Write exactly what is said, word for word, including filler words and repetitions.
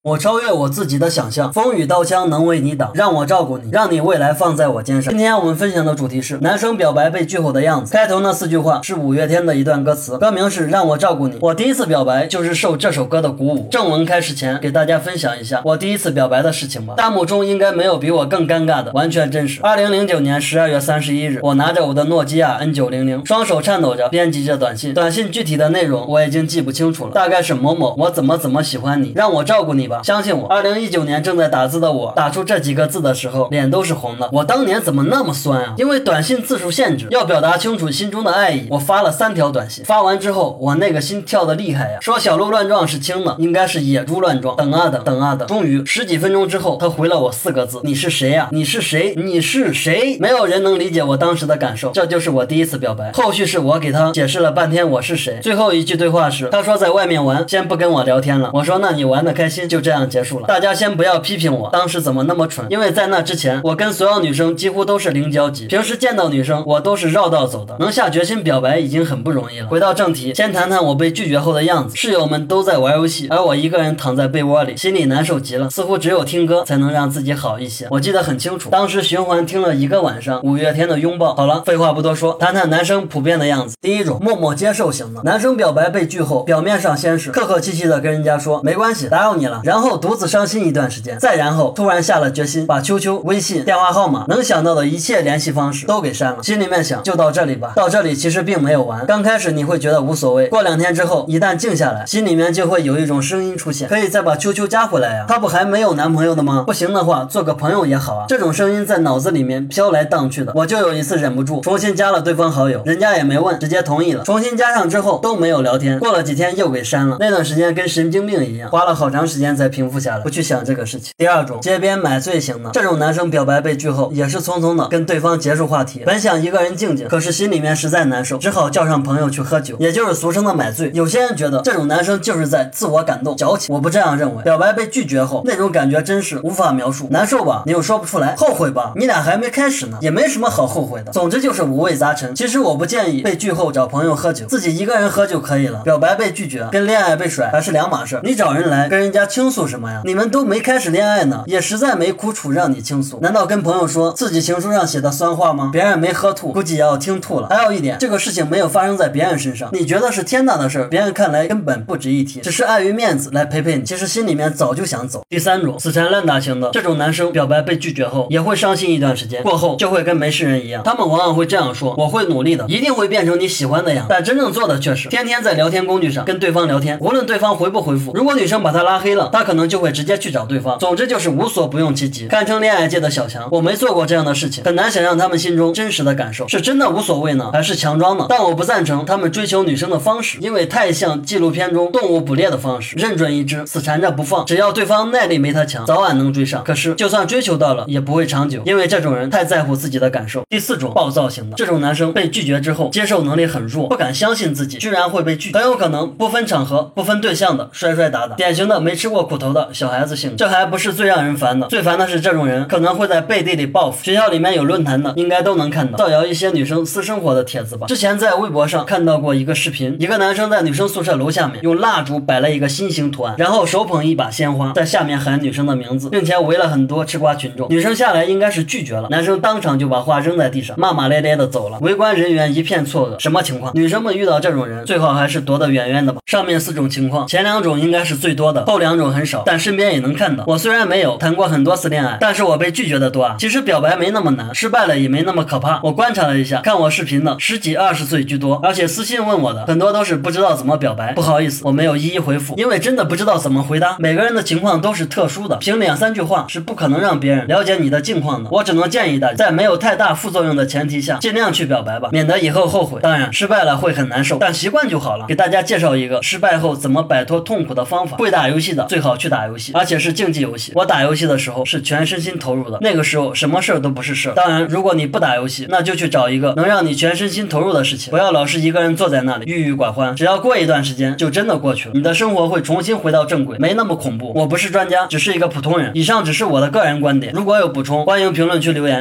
我超越我自己的想象，风雨刀枪能为你挡，让我照顾你，让你未来放在我肩上。今天我们分享的主题是男生表白被拒后的样子。开头那四句话是五月天的一段歌词，歌名是让我照顾你。我第一次表白就是受这首歌的鼓舞。正文开始前，给大家分享一下我第一次表白的事情吧。弹幕中应该没有比我更尴尬的，完全真实。二零零九年十二月三十一日，我拿着我的诺基亚 N 九零零，双手颤抖着编辑着短信，短信具体的内容我已经记不清楚了，大概是某某我怎么怎么喜欢你，让我照顾你吧。相信我，二零一九年正在打字的我，打出这几个字的时候，脸都是红的。我当年怎么那么酸啊？因为短信字数限制，要表达清楚心中的爱意，我发了三条短信。发完之后，我那个心跳的厉害呀！说小鹿乱撞是轻的，应该是野猪乱撞。等啊等，等啊等，终于十几分钟之后，他回了我四个字：你是谁呀？你是谁？你是谁？没有人能理解我当时的感受，这就是我第一次表白。后续是我给他解释了半天我是谁。最后一句对话是，他说在外面玩，先不跟我聊天了。我说那你玩得开心，就这样结束了。大家先不要批评我当时怎么那么蠢，因为在那之前我跟所有女生几乎都是零交集，平时见到女生我都是绕道走的，能下决心表白已经很不容易了。回到正题，先谈谈我被拒绝后的样子。室友们都在玩游戏，而我一个人躺在被窝里，心里难受极了，似乎只有听歌才能让自己好一些。我记得很清楚，当时循环听了一个晚上五月天的拥抱。好了，废话不多说，谈谈男生普遍的样子。第一种，默默接受型的。男生表白被拒后，表面上先是客客气气的跟人家说没关系，打扰你了，然后独自伤心一段时间，再然后突然下了决心，把 Q Q、微信、电话号码能想到的一切联系方式都给删了。心里面想，就到这里吧。到这里其实并没有完。刚开始你会觉得无所谓，过两天之后，一旦静下来，心里面就会有一种声音出现，可以再把 Q Q 加回来呀。他不还没有男朋友的吗？不行的话，做个朋友也好啊。这种声音在脑子里面飘来荡去的。我就有一次忍不住，重新加了对方好友，人家也没问，直接同意了。重新加上之后都没有聊天，过了几天又给删了。那段时间跟神经病一样，花了好长时间才平复下来，不去想这个事情。第二种，街边买醉型的。这种男生表白被拒后，也是匆匆的跟对方结束话题，本想一个人静静，可是心里面实在难受，只好叫上朋友去喝酒，也就是俗称的买醉。有些人觉得这种男生就是在自我感动矫情，我不这样认为。表白被拒绝后，那种感觉真是无法描述，难受吧，你又说不出来，后悔吧，你俩还没开始呢，也没什么好后悔的。总之就是五味杂陈。其实我不建议被拒后找朋友喝酒，自己一个人喝就可以了。表白被拒绝跟恋爱被甩还是两码事，你找人来跟人家倾诉什么呀？你们都没开始恋爱呢，也实在没苦楚让你倾诉，难道跟朋友说自己情书上写的酸话吗？别人没喝吐，估计也要听吐了。还有一点，这个事情没有发生在别人身上，你觉得是天大的事，别人看来根本不值一提，只是碍于面子来陪陪你，其实心里面早就想走。第三种，死缠烂打型的。这种男生表白被拒绝后也会伤心一段时间，过后就会跟没事人一样。他们往往会这样说，我会努力的，一定会变成你喜欢的样子，但真正做的却是天天在聊天工具上跟对方聊天，无论对方回不回复，如果女生把他拉黑了，他可能就会直接去找对方。总之就是无所不用其极，堪称恋爱界的小强。我没做过这样的事情，很难想象他们心中真实的感受，是真的无所谓呢，还是强装呢？但我不赞成他们追求女生的方式，因为太像纪录片中动物捕猎的方式，认准一只死缠着不放，只要对方耐力没他强，早晚能追上。可是就算追求到了，也不会长久，因为这种人太在乎自己的感受。第四种，暴躁型的。这种男生被拒绝之后，接受能力很弱，不敢相信自己居然会被拒，很有可能不分场合不分对象的摔摔打打，典型的没吃过苦头的小孩子性。这还不是最让人烦的，最烦的是这种人可能会在背地里报复。学校里面有论坛的应该都能看到，造谣一些女生私生活的帖子吧。之前在微博上看到过一个视频，一个男生在女生宿舍楼下面用蜡烛摆了一个心形图案，然后手捧一把鲜花，在下面喊女生的名字，并且围了很多吃瓜群众。女生下来应该是拒绝了，男生当场就把花扔在地上，骂骂咧咧的走了。围观人员一片错愕，什么情况？女生们遇到这种人最好还是躲得远远的吧。上面四种情况，前两种应该是最多的，后两种很少，但身边也能看到。我虽然没有谈过很多次恋爱，但是我被拒绝的多啊。其实表白没那么难，失败了也没那么可怕。我观察了一下，看我视频的十几二十岁居多，而且私信问我的很多都是不知道怎么表白。不好意思，我没有一一回复，因为真的不知道怎么回答。每个人的情况都是特殊的，凭两三句话是不可能让别人了解你的境况的。我只能建议大家，在没有太大副作用的前提下，尽量去表白吧，免得以后后悔。当然，失败了会很难受，但习惯就好了。给大家介绍一个失败后怎么摆脱痛苦的方法。会打游戏的最好去打游戏，而且是竞技游戏。我打游戏的时候是全身心投入的，那个时候什么事儿都不是事儿。当然，如果你不打游戏，那就去找一个能让你全身心投入的事情，不要老是一个人坐在那里郁郁寡欢。只要过一段时间，就真的过去了，你的生活会重新回到正轨，没那么恐怖。我不是专家，只是一个普通人。以上只是我的个人观点，如果有补充，欢迎评论区留言。